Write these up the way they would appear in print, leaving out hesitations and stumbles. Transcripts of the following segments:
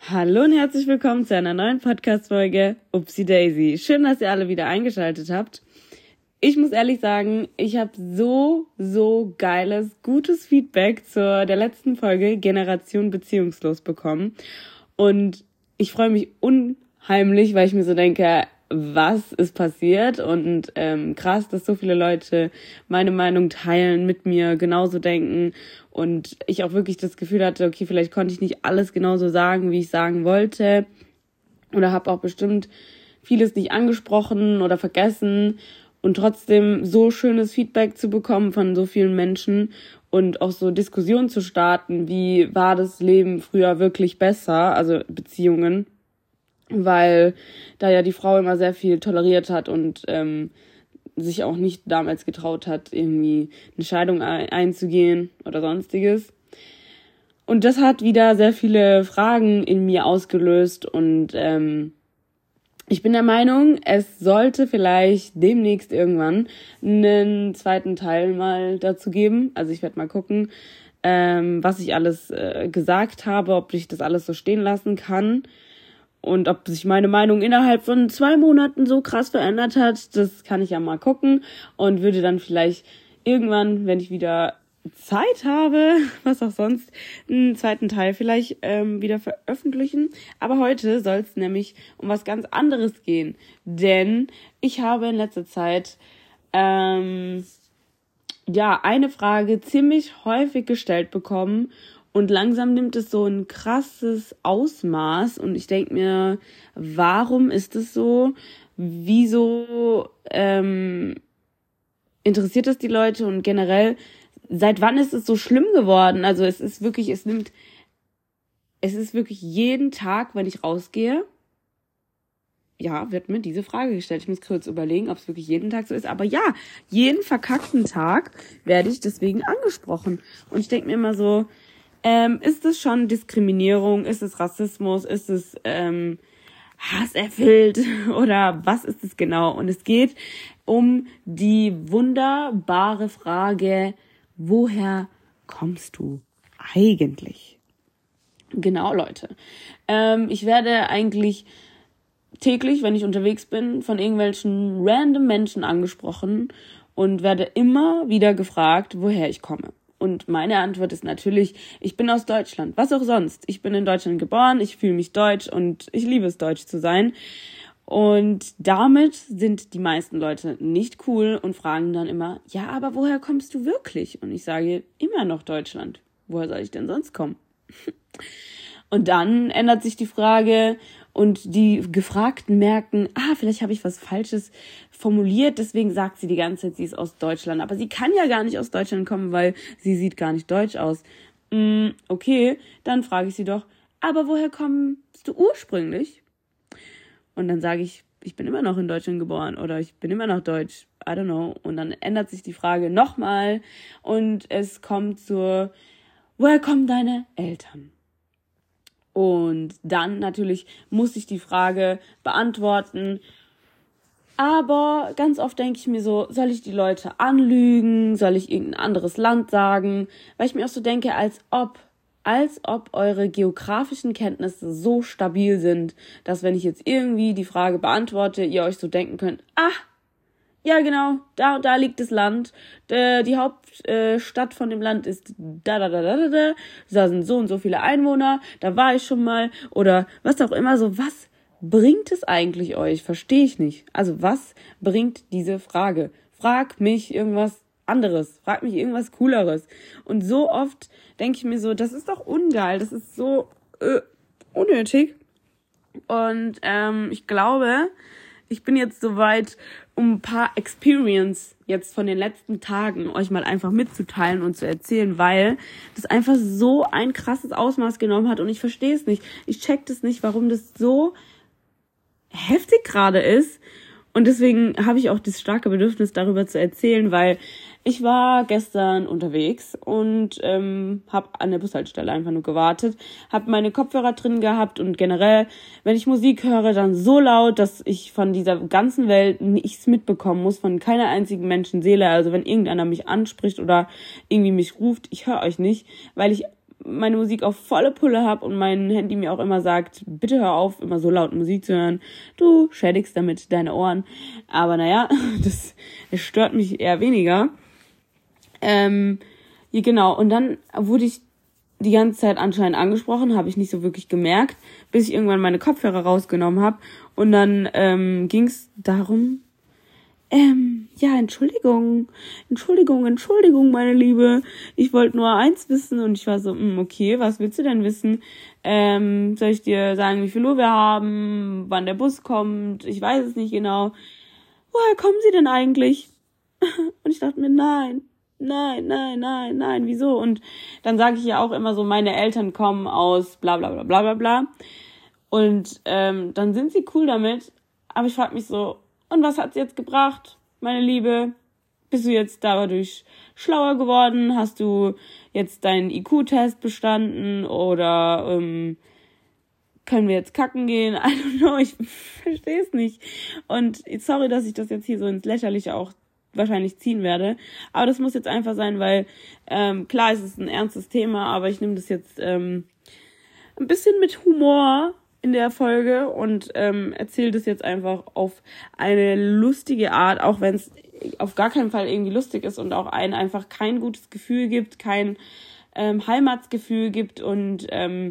Hallo und herzlich willkommen zu einer neuen Podcast-Folge Upsi Daisy. Schön, dass ihr alle wieder eingeschaltet habt. Ich muss ehrlich sagen, ich habe so geiles, gutes Feedback zur der letzten Folge Generation Beziehungslos bekommen. Und ich freue mich unheimlich, weil ich mir so denke, was ist passiert? Und krass, dass so viele Leute meine Meinung teilen, mit mir genauso denken. Und ich auch wirklich das Gefühl hatte, okay, vielleicht konnte ich nicht alles genauso sagen, wie ich sagen wollte. Oder habe auch bestimmt vieles nicht angesprochen oder vergessen. Und trotzdem so schönes Feedback zu bekommen von so vielen Menschen und auch so Diskussionen zu starten, wie war das Leben früher wirklich besser, also Beziehungen, weil da ja die Frau immer sehr viel toleriert hat und sich auch nicht damals getraut hat, irgendwie eine Scheidung einzugehen oder sonstiges. Und das hat wieder sehr viele Fragen in mir ausgelöst und ich bin der Meinung, es sollte vielleicht demnächst irgendwann einen zweiten Teil mal dazu geben. Also ich werde mal gucken, was ich alles gesagt habe, ob ich das alles so stehen lassen kann und ob sich meine Meinung innerhalb von 2 Monaten so krass verändert hat. Das kann ich ja mal gucken und würde dann vielleicht irgendwann, wenn ich wieder Zeit habe, was auch sonst, einen zweiten Teil vielleicht wieder veröffentlichen. Aber heute soll es nämlich um was ganz anderes gehen. Denn ich habe in letzter Zeit eine Frage ziemlich häufig gestellt bekommen und langsam nimmt es so ein krasses Ausmaß und ich denke mir, warum ist es so? Wieso interessiert es die Leute und generell seit wann ist es so schlimm geworden? Also es ist wirklich jeden Tag, wenn ich rausgehe, ja, wird mir diese Frage gestellt. Ich muss kurz überlegen, ob es wirklich jeden Tag so ist. Aber ja, jeden verkackten Tag werde ich deswegen angesprochen. Und ich denke mir immer so, ist es schon Diskriminierung? Ist es Rassismus? Ist es hasserfüllt? Oder was ist es genau? Und es geht um die wunderbare Frage, woher kommst du eigentlich? Genau, Leute. Ich werde eigentlich täglich, wenn ich unterwegs bin, von irgendwelchen random Menschen angesprochen und werde immer wieder gefragt, woher ich komme. Und meine Antwort ist natürlich, ich bin aus Deutschland. Was auch sonst. Ich bin in Deutschland geboren, ich fühle mich deutsch und ich liebe es, deutsch zu sein. Und damit sind die meisten Leute nicht cool und fragen dann immer, ja, aber woher kommst du wirklich? Und ich sage immer noch Deutschland. Woher soll ich denn sonst kommen? Und dann ändert sich die Frage und die Gefragten merken, vielleicht habe ich was Falsches formuliert, deswegen sagt sie die ganze Zeit, sie ist aus Deutschland. Aber sie kann ja gar nicht aus Deutschland kommen, weil sie sieht gar nicht deutsch aus. Okay, dann frage ich sie doch, aber woher kommst du ursprünglich? Und dann sage ich, ich bin immer noch in Deutschland geboren oder ich bin immer noch deutsch, I don't know. Und dann ändert sich die Frage nochmal und es kommt zur, woher kommen deine Eltern? Und dann natürlich muss ich die Frage beantworten. Aber ganz oft denke ich mir so, soll ich die Leute anlügen? Soll ich irgendein anderes Land sagen? Weil ich mir auch so denke, als ob eure geografischen Kenntnisse so stabil sind, dass wenn ich jetzt irgendwie die Frage beantworte, ihr euch so denken könnt, ja genau, da liegt das Land, die Hauptstadt von dem Land ist da sind so und so viele Einwohner, da war ich schon mal oder was auch immer, so was bringt es eigentlich euch? Verstehe ich nicht. Also was bringt diese Frage? Frag mich irgendwas anderes, frag mich irgendwas Cooleres. Und so oft denke ich mir so, das ist doch ungeil, das ist so unnötig. Und ich glaube, ich bin jetzt soweit, um ein paar Experience jetzt von den letzten Tagen euch mal einfach mitzuteilen und zu erzählen, weil das einfach so ein krasses Ausmaß genommen hat und ich verstehe es nicht. Ich check das nicht, warum das so heftig gerade ist. Und deswegen habe ich auch das starke Bedürfnis, darüber zu erzählen, weil ich war gestern unterwegs und habe an der Bushaltestelle einfach nur gewartet, habe meine Kopfhörer drin gehabt und generell, wenn ich Musik höre, dann so laut, dass ich von dieser ganzen Welt nichts mitbekommen muss, von keiner einzigen Menschenseele. Also wenn irgendeiner mich anspricht oder irgendwie mich ruft, ich höre euch nicht, weil ich meine Musik auf volle Pulle habe und mein Handy mir auch immer sagt, bitte hör auf, immer so laut Musik zu hören. Du schädigst damit deine Ohren. Aber naja, das stört mich eher weniger. Ja, genau. Und dann wurde ich die ganze Zeit anscheinend angesprochen, habe ich nicht so wirklich gemerkt, bis ich irgendwann meine Kopfhörer rausgenommen habe. Und dann ging es darum, ja, Entschuldigung, meine Liebe. Ich wollte nur eins wissen und ich war so, okay, was willst du denn wissen? Soll ich dir sagen, wie viel Uhr wir haben, wann der Bus kommt? Ich weiß es nicht genau. Woher kommen Sie denn eigentlich? Und ich dachte mir, nein, wieso? Und dann sage ich ja auch immer so, meine Eltern kommen aus bla bla bla bla bla bla. Und dann sind sie cool damit, aber ich frage mich so, und was hat's jetzt gebracht, meine Liebe? Bist du jetzt dadurch schlauer geworden? Hast du jetzt deinen IQ-Test bestanden? Oder können wir jetzt kacken gehen? I don't know, ich verstehe es nicht. Und sorry, dass ich das jetzt hier so ins Lächerliche auch wahrscheinlich ziehen werde. Aber das muss jetzt einfach sein, weil klar, es ist ein ernstes Thema, aber ich nehme das jetzt ein bisschen mit Humor in der Folge und erzähle das jetzt einfach auf eine lustige Art, auch wenn es auf gar keinen Fall irgendwie lustig ist und auch einen einfach kein gutes Gefühl gibt, kein Heimatsgefühl gibt und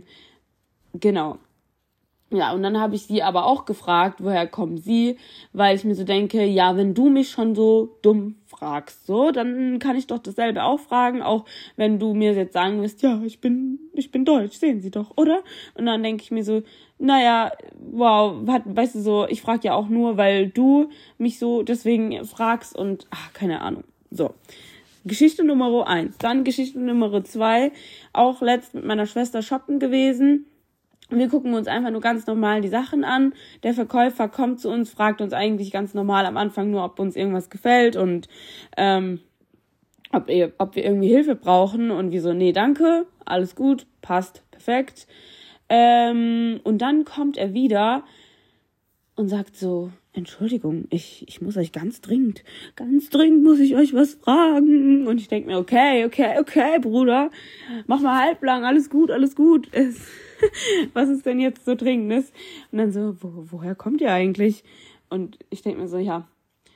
genau. Ja, und dann habe ich sie aber auch gefragt, woher kommen sie, weil ich mir so denke, ja, wenn du mich schon so dumm fragst, so, dann kann ich doch dasselbe auch fragen, auch wenn du mir jetzt sagen wirst, ja, ich bin deutsch, sehen Sie doch, oder? Und dann denke ich mir so, naja, wow, weißt du so, ich frage ja auch nur, weil du mich so deswegen fragst und, keine Ahnung, so. Geschichte Nummer 1. Dann Geschichte Nummer 2, auch letzt mit meiner Schwester shoppen gewesen. Wir gucken uns einfach nur ganz normal die Sachen an. Der Verkäufer kommt zu uns, fragt uns eigentlich ganz normal am Anfang nur, ob uns irgendwas gefällt und ob wir irgendwie Hilfe brauchen. Und wir so, nee, danke, alles gut, passt, perfekt. Und dann kommt er wieder und sagt so, Entschuldigung, ich muss euch ganz dringend muss ich euch was fragen. Und ich denke mir, okay, Bruder, mach mal halblang, alles gut. Was ist denn jetzt so Dringendes? Und dann so, woher kommt ihr eigentlich? Und ich denke mir so, ja,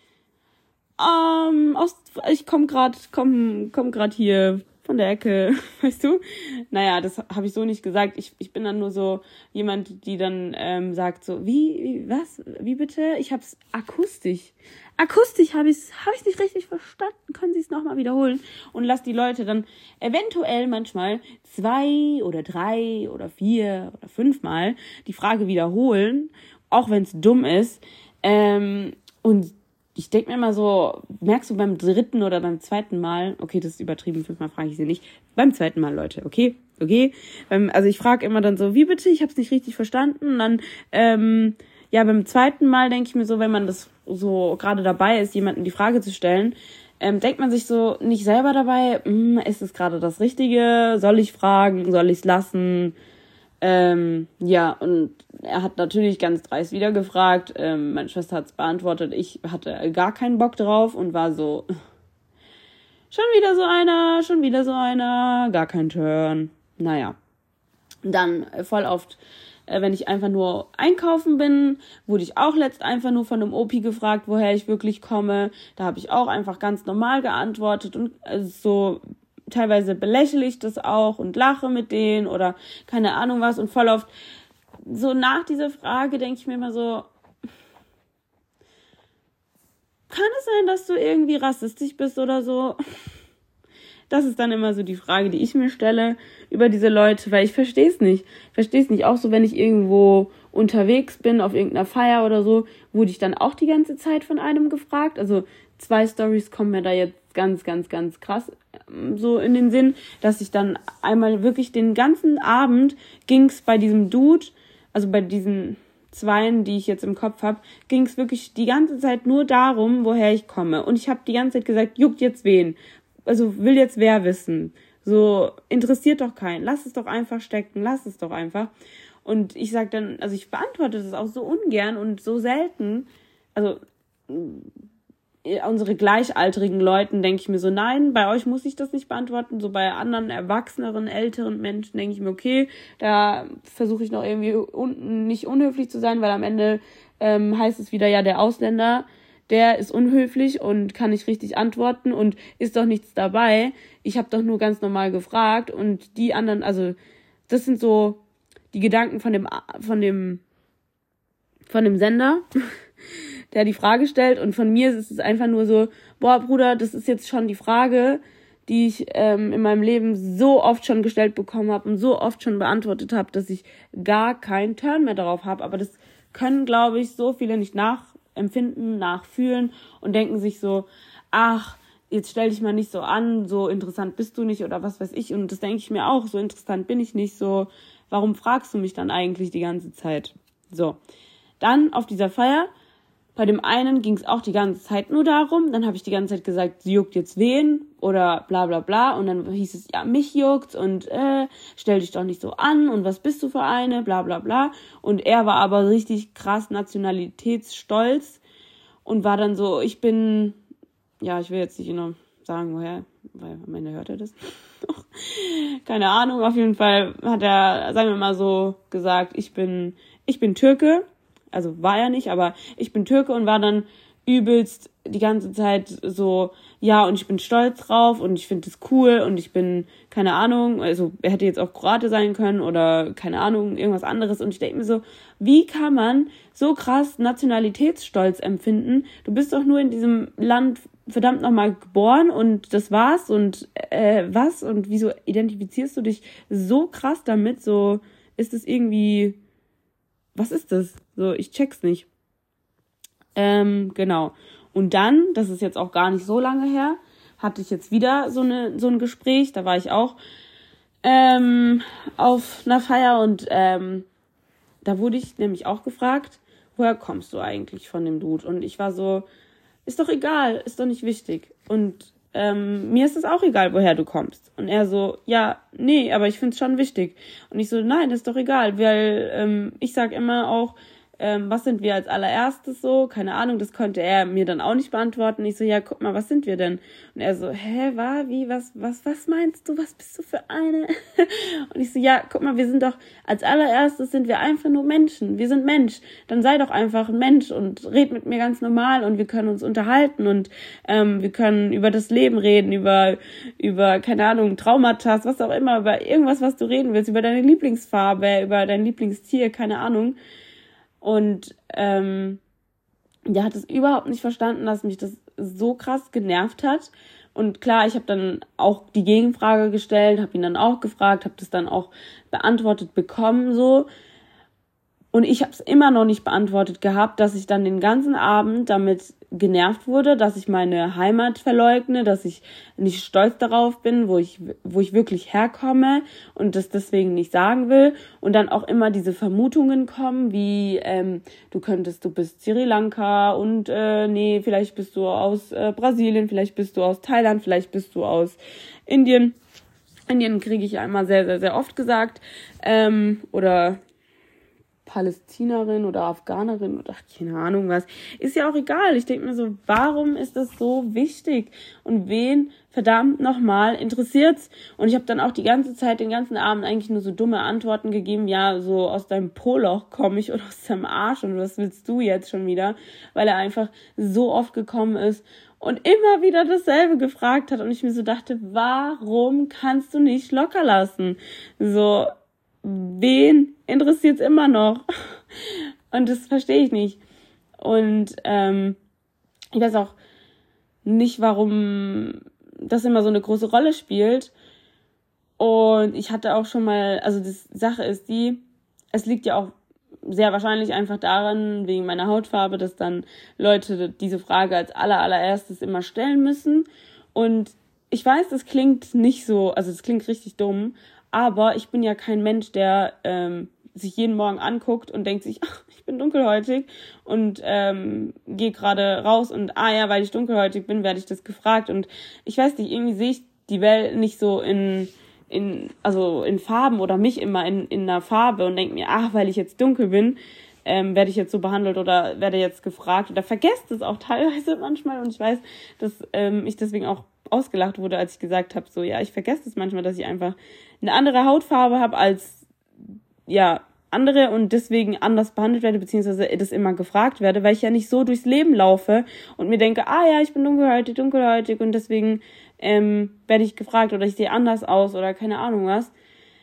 ich komm grad hier von der Ecke, weißt du? Naja, das habe ich so nicht gesagt. Ich bin dann nur so jemand, die dann sagt so, was? Wie bitte? Ich hab's akustisch habe ich's nicht richtig verstanden. Können Sie es nochmal wiederholen? Und lass die Leute dann eventuell manchmal 2 oder 3 oder 4 oder 5 Mal die Frage wiederholen, auch wenn es dumm ist. Und ich denke mir immer so, merkst du beim 3. oder beim 2. Mal, okay, das ist übertrieben, 5 Mal frage ich sie nicht, beim 2. Mal, Leute, okay? Also ich frage immer dann so, wie bitte? Ich habe es nicht richtig verstanden. Und dann, ja, beim 2. Mal denke ich mir so, wenn man das so gerade dabei ist, jemandem die Frage zu stellen, denkt man sich so nicht selber dabei, ist es gerade das Richtige? Soll ich fragen? Soll ich es lassen? Ja, und er hat natürlich ganz dreist wieder gefragt. Meine Schwester hat es beantwortet. Ich hatte gar keinen Bock drauf und war so, schon wieder so einer, gar kein Turn. Naja, dann voll oft, wenn ich einfach nur einkaufen bin, wurde ich auch einfach nur von einem Opi gefragt, woher ich wirklich komme. Da habe ich auch einfach ganz normal geantwortet und so teilweise belächle ich das auch und lache mit denen oder keine Ahnung was und voll oft so nach dieser Frage denke ich mir immer so, kann es sein, dass du irgendwie rassistisch bist oder so? Das ist dann immer so die Frage, die ich mir stelle über diese Leute, weil ich verstehe es nicht. Auch so, wenn ich irgendwo unterwegs bin, auf irgendeiner Feier oder so, wurde ich dann auch die ganze Zeit von einem gefragt. Also 2 Storys kommen mir da jetzt ganz, ganz, ganz krass so in den Sinn, dass ich dann einmal wirklich den ganzen Abend ging's bei diesem Dude, also bei diesen 2, die ich jetzt im Kopf habe, ging's wirklich die ganze Zeit nur darum, woher ich komme. Und ich habe die ganze Zeit gesagt, juckt jetzt wen? Also will jetzt wer wissen? So, interessiert doch keinen. Lass es doch einfach stecken, lass es doch einfach. Und ich sag dann, also ich beantworte das auch so ungern und so selten. Also unsere gleichaltrigen Leuten denke ich mir so, nein, bei euch muss ich das nicht beantworten. So bei anderen erwachseneren, älteren Menschen denke ich mir, okay, da versuche ich noch irgendwie nicht unhöflich zu sein, weil am Ende heißt es wieder, ja, der Ausländer, der ist unhöflich und kann nicht richtig antworten und ist doch nichts dabei. Ich habe doch nur ganz normal gefragt und die anderen, also das sind so die Gedanken von dem Sender, der die Frage stellt, und von mir ist es einfach nur so, boah, Bruder, das ist jetzt schon die Frage, die ich in meinem Leben so oft schon gestellt bekommen habe und so oft schon beantwortet habe, dass ich gar keinen Turn mehr darauf habe. Aber das können, glaube ich, so viele nicht nachempfinden, nachfühlen und denken sich so, ach, jetzt stell dich mal nicht so an, so interessant bist du nicht oder was weiß ich. Und das denke ich mir auch, so interessant bin ich nicht, so, warum fragst du mich dann eigentlich die ganze Zeit? So, dann auf dieser Feier, bei dem einen ging es auch die ganze Zeit nur darum, dann habe ich die ganze Zeit gesagt, sie juckt jetzt wen oder bla bla bla, und dann hieß es, ja, mich juckt's und stell dich doch nicht so an und was bist du für eine, bla bla bla, und er war aber richtig krass nationalitätsstolz und war dann so, ich will jetzt nicht genau sagen, woher, weil am Ende hört er das. Keine Ahnung, auf jeden Fall hat er, sagen wir mal so, gesagt, ich bin Türke. Also war er nicht, aber ich bin Türke, und war dann übelst die ganze Zeit so, ja, und ich bin stolz drauf und ich finde das cool und ich bin, keine Ahnung, also er hätte jetzt auch Kroate sein können oder, keine Ahnung, irgendwas anderes, und ich denke mir so, wie kann man so krass Nationalitätsstolz empfinden? Du bist doch nur in diesem Land verdammt nochmal geboren und das war's, und was? Und wieso identifizierst du dich so krass damit? So, ist es irgendwie, was ist das? So, ich check's nicht. Genau. Und dann, das ist jetzt auch gar nicht so lange her, hatte ich jetzt wieder so ein Gespräch. Da war ich auch auf einer Feier, und da wurde ich nämlich auch gefragt, woher kommst du eigentlich von dem Dude? Und ich war so, ist doch egal, ist doch nicht wichtig. Und mir ist es auch egal, woher du kommst. Und er so, ja, nee, aber ich find's schon wichtig. Und ich so, nein, ist doch egal, weil ich sag immer auch, was sind wir als allererstes so? Keine Ahnung, das konnte er mir dann auch nicht beantworten. Ich so, ja, guck mal, was sind wir denn? Und er so, was meinst du? Was bist du für eine? Und ich so, ja, guck mal, wir sind doch, als allererstes sind wir einfach nur Menschen. Wir sind Mensch. Dann sei doch einfach ein Mensch und red mit mir ganz normal, und wir können uns unterhalten, und wir können über das Leben reden, über, keine Ahnung, Traumata, was auch immer, über irgendwas, was du reden willst, über deine Lieblingsfarbe, über dein Lieblingstier, keine Ahnung. Und der hat es überhaupt nicht verstanden, dass mich das so krass genervt hat. Und klar, ich habe dann auch die Gegenfrage gestellt, habe ihn dann auch gefragt, habe das dann auch beantwortet bekommen so. Und ich habe es immer noch nicht beantwortet gehabt, dass ich dann den ganzen Abend damit genervt wurde, dass ich meine Heimat verleugne, dass ich nicht stolz darauf bin, wo ich wirklich herkomme und das deswegen nicht sagen will. Und dann auch immer diese Vermutungen kommen, wie du bist Sri Lanka und nee, vielleicht bist du aus Brasilien, vielleicht bist du aus Thailand, vielleicht bist du aus Indien. Indien kriege ich ja immer sehr, sehr, sehr oft gesagt. Oder Palästinerin oder Afghanerin oder keine Ahnung was. Ist ja auch egal. Ich denke mir so, warum ist das so wichtig? Und wen verdammt nochmal interessiert's? Und ich habe dann auch die ganze Zeit, den ganzen Abend eigentlich nur so dumme Antworten gegeben. Ja, so aus deinem Po-Loch komme ich oder aus deinem Arsch und was willst du jetzt schon wieder? Weil er einfach so oft gekommen ist und immer wieder dasselbe gefragt hat und ich mir so dachte, warum kannst du nicht locker lassen? So, wen interessiert's immer noch? Und das verstehe ich nicht. Und ich weiß auch nicht, warum das immer so eine große Rolle spielt. Und ich hatte auch schon mal, also die Sache ist die, es liegt ja auch sehr wahrscheinlich einfach daran, wegen meiner Hautfarbe, dass dann Leute diese Frage als allererstes immer stellen müssen. Und ich weiß, das klingt nicht so, also es klingt richtig dumm, aber ich bin ja kein Mensch, der sich jeden Morgen anguckt und denkt sich, ach, ich bin dunkelhäutig und gehe gerade raus und ja, weil ich dunkelhäutig bin, werde ich das gefragt. Und ich weiß nicht, irgendwie sehe ich die Welt nicht so in Farben oder mich immer in einer Farbe und denke mir, ach, weil ich jetzt dunkel bin, werde ich jetzt so behandelt oder werde jetzt gefragt oder vergesst es auch teilweise manchmal. Und ich weiß, dass ich deswegen auch ausgelacht wurde, als ich gesagt habe, so, ja, ich vergesse es manchmal, dass ich einfach eine andere Hautfarbe habe als, ja, andere und deswegen anders behandelt werde, beziehungsweise das immer gefragt werde, weil ich ja nicht so durchs Leben laufe und mir denke, ja, ich bin dunkelhäutig und deswegen werde ich gefragt oder ich sehe anders aus oder keine Ahnung was.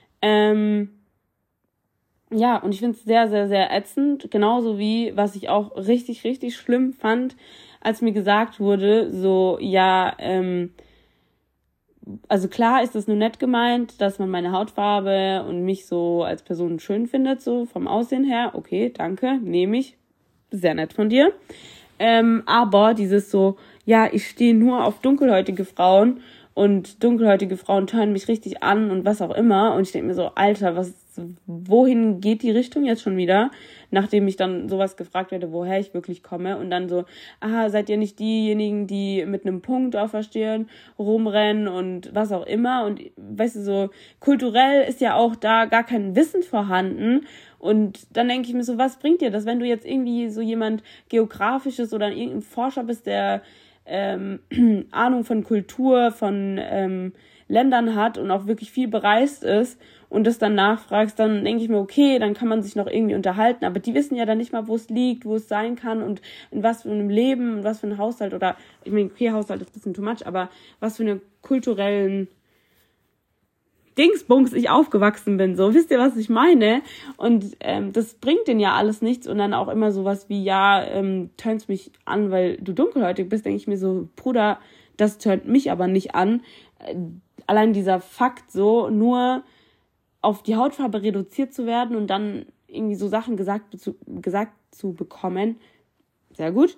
Ja, und ich finde es sehr, sehr, sehr ätzend, genauso wie, was ich auch richtig, richtig schlimm fand, als mir gesagt wurde, so, ja, also klar ist es nur nett gemeint, dass man meine Hautfarbe und mich so als Person schön findet, so vom Aussehen her. Okay, danke, nehme ich. Sehr nett von dir. Aber dieses so, ja, ich stehe nur auf dunkelhäutige Frauen und dunkelhäutige Frauen turnen mich richtig an und was auch immer. Und ich denke mir so, Alter, wohin geht die Richtung jetzt schon wieder? Nachdem ich dann sowas gefragt werde, woher ich wirklich komme. Und dann so, seid ihr nicht diejenigen, die mit einem Punkt auf der Stirn rumrennen und was auch immer. Und weißt du, so kulturell ist ja auch da gar kein Wissen vorhanden. Und dann denke ich mir so, was bringt dir das, wenn du jetzt irgendwie so jemand Geografisches oder irgendein Forscher bist, der Ahnung von Kultur, von Ländern hat und auch wirklich viel bereist ist und das dann nachfragst, dann denke ich mir, okay, dann kann man sich noch irgendwie unterhalten, aber die wissen ja dann nicht mal, wo es liegt, wo es sein kann und in was für einem Leben, in was für einem Haushalt oder, ich meine, okay, Haushalt ist ein bisschen too much, aber was für eine kulturellen Dingsbums ich aufgewachsen bin, so, wisst ihr, was ich meine? Und das bringt denen ja alles nichts und dann auch immer sowas wie, ja, turnst mich an, weil du dunkelhäutig bist, denke ich mir so, Bruder, das turnt mich aber nicht an. Allein dieser Fakt so, nur auf die Hautfarbe reduziert zu werden und dann irgendwie so Sachen gesagt zu bekommen, sehr gut,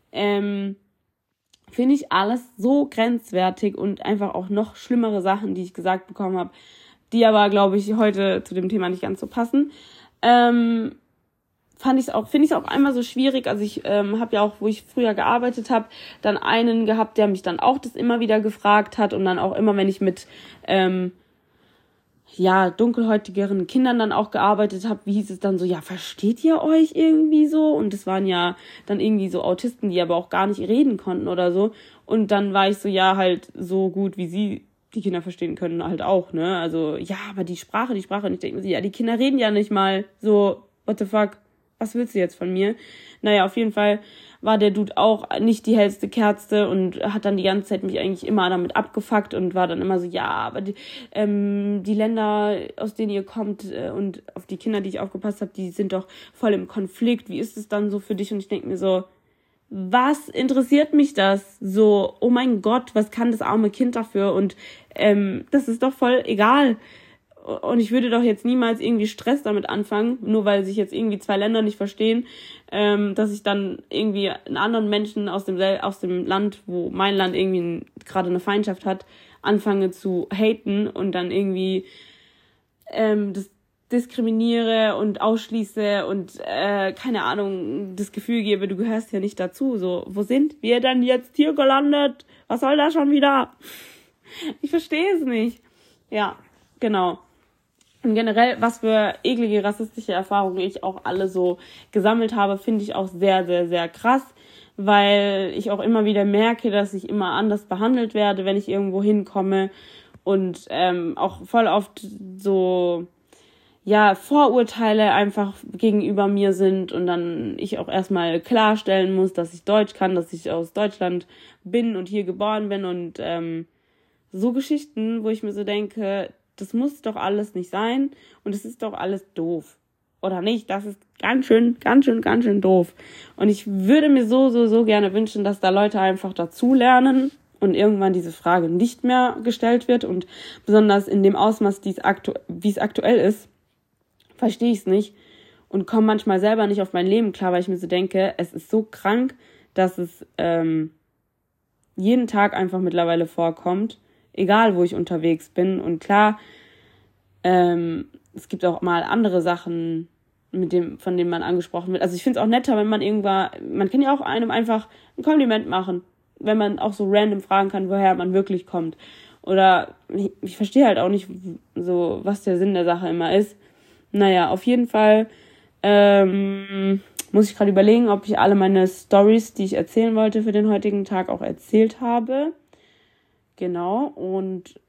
finde ich alles so grenzwertig und einfach auch noch schlimmere Sachen, die ich gesagt bekommen habe, die aber, glaube ich, heute zu dem Thema nicht ganz so passen. Finde ich es auch einmal so schwierig. Also ich habe ja auch, wo ich früher gearbeitet habe, dann einen gehabt, der mich dann auch das immer wieder gefragt hat und dann auch immer, wenn ich mit dunkelhäutigeren Kindern dann auch gearbeitet habe, wie hieß es dann so, ja, versteht ihr euch irgendwie so? Und das waren ja dann irgendwie so Autisten, die aber auch gar nicht reden konnten oder so. Und dann war ich so, ja, halt so gut, wie sie die Kinder verstehen können, halt auch, ne? Also, ja, aber die Sprache, und ich denke mir so, ja, die Kinder reden ja nicht mal so, what the fuck, was willst du jetzt von mir? Naja, auf jeden Fall war der Dude auch nicht die hellste Kerze und hat dann die ganze Zeit mich eigentlich immer damit abgefuckt und war dann immer so, ja, aber die Länder, aus denen ihr kommt und auf die Kinder, die ich aufgepasst habe, die sind doch voll im Konflikt. Wie ist es dann so für dich? Und ich denke mir so, was interessiert mich das? So, oh mein Gott, was kann das arme Kind dafür? Und das ist doch voll egal. Und ich würde doch jetzt niemals irgendwie Stress damit anfangen, nur weil sich jetzt irgendwie zwei Länder nicht verstehen, dass ich dann irgendwie einen anderen Menschen aus dem Land, wo mein Land irgendwie gerade eine Feindschaft hat, anfange zu haten und dann irgendwie das diskriminiere und ausschließe und keine Ahnung, das Gefühl gebe, du gehörst ja nicht dazu. So, wo sind wir denn jetzt hier gelandet? Was soll das schon wieder? Ich verstehe es nicht. Ja, genau. Und generell, was für eklige rassistische Erfahrungen ich auch alle so gesammelt habe, finde ich auch sehr, sehr, sehr krass, weil ich auch immer wieder merke, dass ich immer anders behandelt werde, wenn ich irgendwo hinkomme und auch voll oft so, ja, Vorurteile einfach gegenüber mir sind und dann ich auch erstmal klarstellen muss, dass ich Deutsch kann, dass ich aus Deutschland bin und hier geboren bin und so Geschichten, wo ich mir so denke, das muss doch alles nicht sein und es ist doch alles doof. Oder nicht? Das ist ganz schön doof. Und ich würde mir so gerne wünschen, dass da Leute einfach dazulernen und irgendwann diese Frage nicht mehr gestellt wird und besonders in dem Ausmaß, wie es aktuell ist, verstehe ich es nicht und komme manchmal selber nicht auf mein Leben klar, weil ich mir so denke, es ist so krank, dass es jeden Tag einfach mittlerweile vorkommt, egal wo ich unterwegs bin. Und klar, es gibt auch mal andere Sachen, von denen man angesprochen wird. Also ich finde es auch netter, wenn man kann ja auch einem einfach ein Kompliment machen, wenn man auch so random fragen kann, woher man wirklich kommt. Oder ich verstehe halt auch nicht so, was der Sinn der Sache immer ist. Naja, auf jeden Fall Muss ich gerade überlegen, ob ich alle meine Stories, die ich erzählen wollte für den heutigen Tag, auch erzählt habe. Genau, und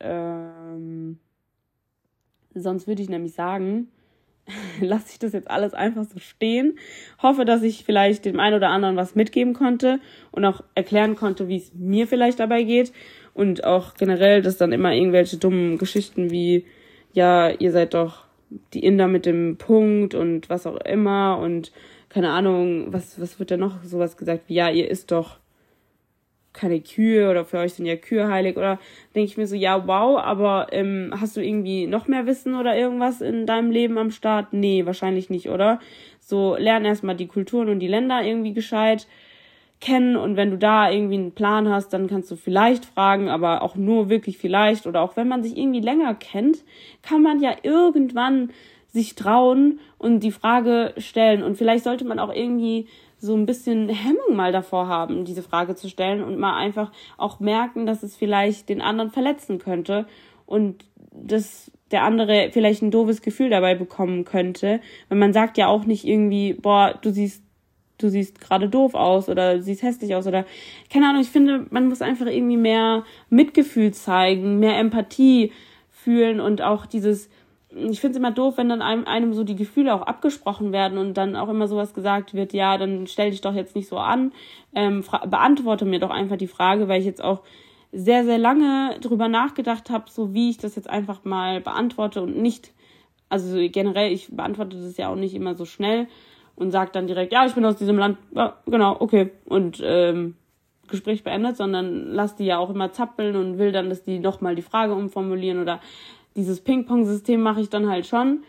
sonst würde ich nämlich sagen, lasse ich das jetzt alles einfach so stehen. Hoffe, dass ich vielleicht dem einen oder anderen was mitgeben konnte und auch erklären konnte, wie es mir vielleicht dabei geht. Und auch generell, dass dann immer irgendwelche dummen Geschichten wie, ja, ihr seid doch die Inder mit dem Punkt und was auch immer und keine Ahnung, was wird da noch sowas gesagt wie, ja, ihr isst doch keine Kühe oder für euch sind ja Kühe heilig oder denke ich mir so, ja, wow, aber hast du irgendwie noch mehr Wissen oder irgendwas in deinem Leben am Start? Nee, wahrscheinlich nicht, oder? So, lern erstmal die Kulturen und die Länder irgendwie gescheit kennen und wenn du da irgendwie einen Plan hast, dann kannst du vielleicht fragen, aber auch nur wirklich vielleicht oder auch wenn man sich irgendwie länger kennt, kann man ja irgendwann sich trauen und die Frage stellen und vielleicht sollte man auch irgendwie so ein bisschen Hemmung mal davor haben, diese Frage zu stellen und mal einfach auch merken, dass es vielleicht den anderen verletzen könnte und dass der andere vielleicht ein doofes Gefühl dabei bekommen könnte. Weil man sagt ja auch nicht irgendwie, boah, du siehst gerade doof aus oder siehst hässlich aus oder keine Ahnung, ich finde, man muss einfach irgendwie mehr Mitgefühl zeigen, mehr Empathie fühlen und auch ich finde es immer doof, wenn dann einem so die Gefühle auch abgesprochen werden und dann auch immer sowas gesagt wird, ja, dann stell dich doch jetzt nicht so an, beantworte mir doch einfach die Frage, weil ich jetzt auch sehr, sehr lange drüber nachgedacht habe, so wie ich das jetzt einfach mal beantworte und nicht, also generell, ich beantworte das ja auch nicht immer so schnell und sage dann direkt, ja, ich bin aus diesem Land, ja, genau, okay, und Gespräch beendet, sondern lass die ja auch immer zappeln und will dann, dass die nochmal die Frage umformulieren oder dieses Ping-Pong-System mache ich dann halt schon.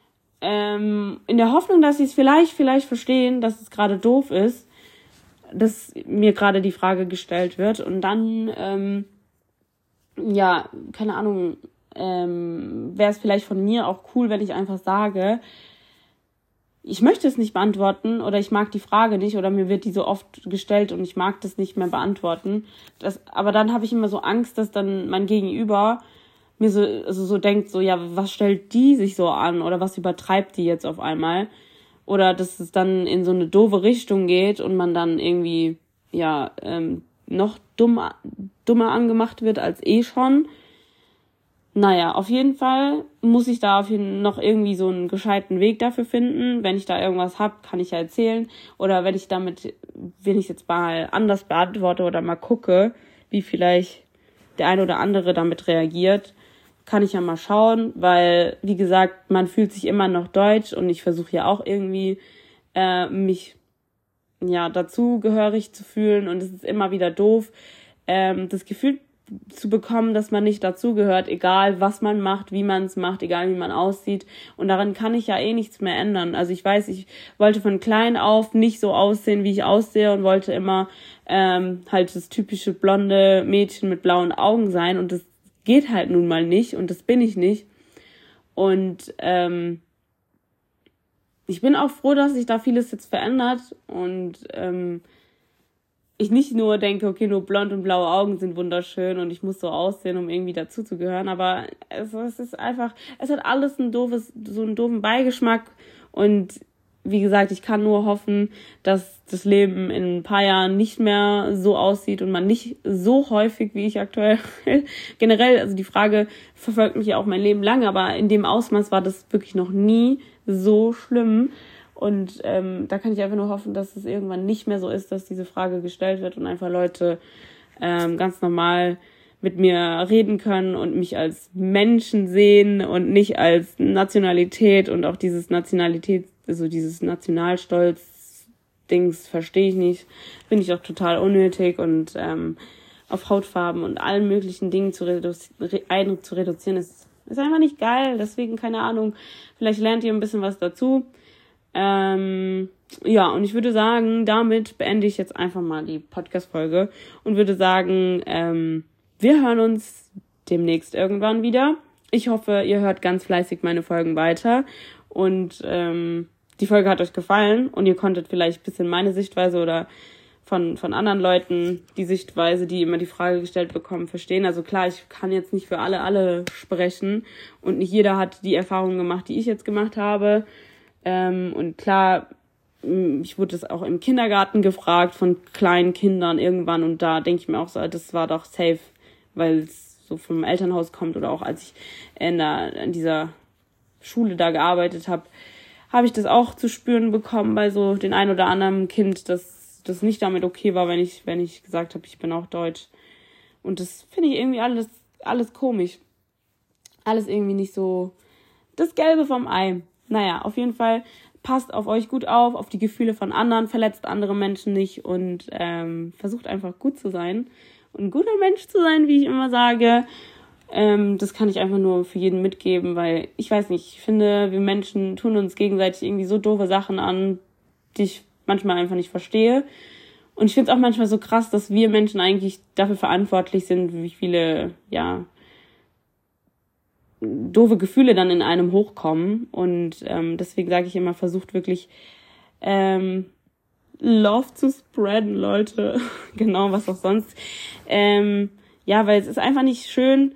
In der Hoffnung, dass sie es vielleicht verstehen, dass es gerade doof ist, dass mir gerade die Frage gestellt wird. Und dann, ja, keine Ahnung, wäre es vielleicht von mir auch cool, wenn ich einfach sage, ich möchte es nicht beantworten oder ich mag die Frage nicht oder mir wird die so oft gestellt und ich mag das nicht mehr beantworten. Aber dann habe ich immer so Angst, dass dann mein Gegenüber mir so denkt, so, ja, was stellt die sich so an oder was übertreibt die jetzt auf einmal? Oder dass es dann in so eine doofe Richtung geht und man dann irgendwie, ja, noch dummer angemacht wird als schon. Naja, auf jeden Fall muss ich da noch irgendwie so einen gescheiten Weg dafür finden. Wenn ich da irgendwas hab, kann ich ja erzählen. Oder wenn ich es jetzt mal anders beantworte oder mal gucke, wie vielleicht der ein oder andere damit reagiert, kann ich ja mal schauen, weil, wie gesagt, man fühlt sich immer noch deutsch und ich versuche ja auch irgendwie mich ja dazugehörig zu fühlen und es ist immer wieder doof, das Gefühl zu bekommen, dass man nicht dazugehört, egal was man macht, wie man es macht, egal wie man aussieht und daran kann ich ja nichts mehr ändern. Also ich weiß, ich wollte von klein auf nicht so aussehen, wie ich aussehe und wollte immer halt das typische blonde Mädchen mit blauen Augen sein und das geht halt nun mal nicht und das bin ich nicht. Und ich bin auch froh, dass sich da vieles jetzt verändert und ich nicht nur denke, okay, nur blond und blaue Augen sind wunderschön und ich muss so aussehen, um irgendwie dazuzugehören, aber es ist einfach, es hat alles so einen doofen Beigeschmack und wie gesagt, ich kann nur hoffen, dass das Leben in ein paar Jahren nicht mehr so aussieht und man nicht so häufig, wie ich aktuell generell, also die Frage verfolgt mich ja auch mein Leben lang, aber in dem Ausmaß war das wirklich noch nie so schlimm. Und da kann ich einfach nur hoffen, dass es irgendwann nicht mehr so ist, dass diese Frage gestellt wird und einfach Leute ganz normal mit mir reden können und mich als Menschen sehen und nicht als Nationalität und auch dieses dieses Nationalstolz-Dings verstehe ich nicht. Finde ich auch total unnötig und auf Hautfarben und allen möglichen Dingen zu reduzieren ist einfach nicht geil. Deswegen, keine Ahnung, vielleicht lernt ihr ein bisschen was dazu. Ja, und ich würde sagen, damit beende ich jetzt einfach mal die Podcast-Folge und würde sagen, wir hören uns demnächst irgendwann wieder. Ich hoffe, ihr hört ganz fleißig meine Folgen weiter und die Folge hat euch gefallen und ihr konntet vielleicht ein bisschen meine Sichtweise oder von anderen Leuten die Sichtweise, die immer die Frage gestellt bekommen, verstehen. Also klar, ich kann jetzt nicht für alle sprechen und nicht jeder hat die Erfahrungen gemacht, die ich jetzt gemacht habe. Und klar, ich wurde das auch im Kindergarten gefragt von kleinen Kindern irgendwann und da denke ich mir auch so, das war doch safe, weil es so vom Elternhaus kommt oder auch als ich in dieser Schule da gearbeitet habe ich das auch zu spüren bekommen bei so den ein oder anderen Kind, dass das nicht damit okay war, wenn ich gesagt habe, ich bin auch deutsch. Und das finde ich irgendwie alles komisch. Alles irgendwie nicht so das Gelbe vom Ei. Naja, auf jeden Fall passt auf euch gut auf die Gefühle von anderen, verletzt andere Menschen nicht und versucht einfach gut zu sein und ein guter Mensch zu sein, wie ich immer sage. Das kann ich einfach nur für jeden mitgeben, weil ich weiß nicht, ich finde, wir Menschen tun uns gegenseitig irgendwie so doofe Sachen an, die ich manchmal einfach nicht verstehe. Und ich finde es auch manchmal so krass, dass wir Menschen eigentlich dafür verantwortlich sind, wie viele, doofe Gefühle dann in einem hochkommen. Und deswegen sage ich immer, versucht wirklich Love zu spreaden, Leute. Genau, was auch sonst. Weil es ist einfach nicht schön,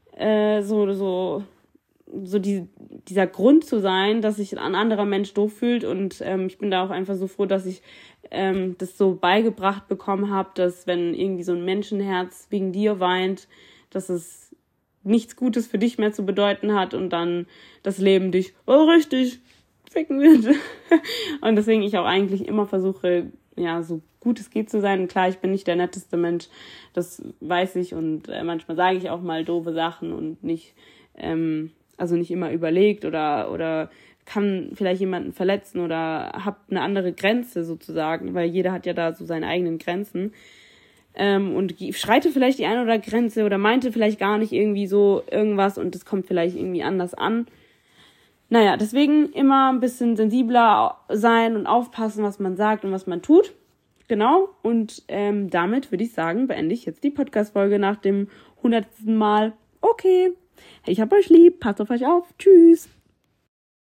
dieser Grund zu sein, dass sich ein anderer Mensch doof fühlt und ich bin da auch einfach so froh, dass ich das so beigebracht bekommen habe, dass wenn irgendwie so ein Menschenherz wegen dir weint, dass es nichts Gutes für dich mehr zu bedeuten hat und dann das Leben dich richtig ficken wird. Und deswegen ich auch eigentlich immer versuche, so gut es geht zu sein. Und klar, ich bin nicht der netteste Mensch, das weiß ich und manchmal sage ich auch mal doofe Sachen und nicht immer überlegt oder kann vielleicht jemanden verletzen oder hab eine andere Grenze sozusagen, weil jeder hat ja da so seine eigenen Grenzen und schreite vielleicht die eine oder andere Grenze oder meinte vielleicht gar nicht irgendwie so irgendwas und das kommt vielleicht irgendwie anders an. Naja, deswegen immer ein bisschen sensibler sein und aufpassen, was man sagt und was man tut. Genau, und damit würde ich sagen, beende ich jetzt die Podcast-Folge nach dem 100. Mal. Okay, ich hab euch lieb, passt auf euch auf, tschüss.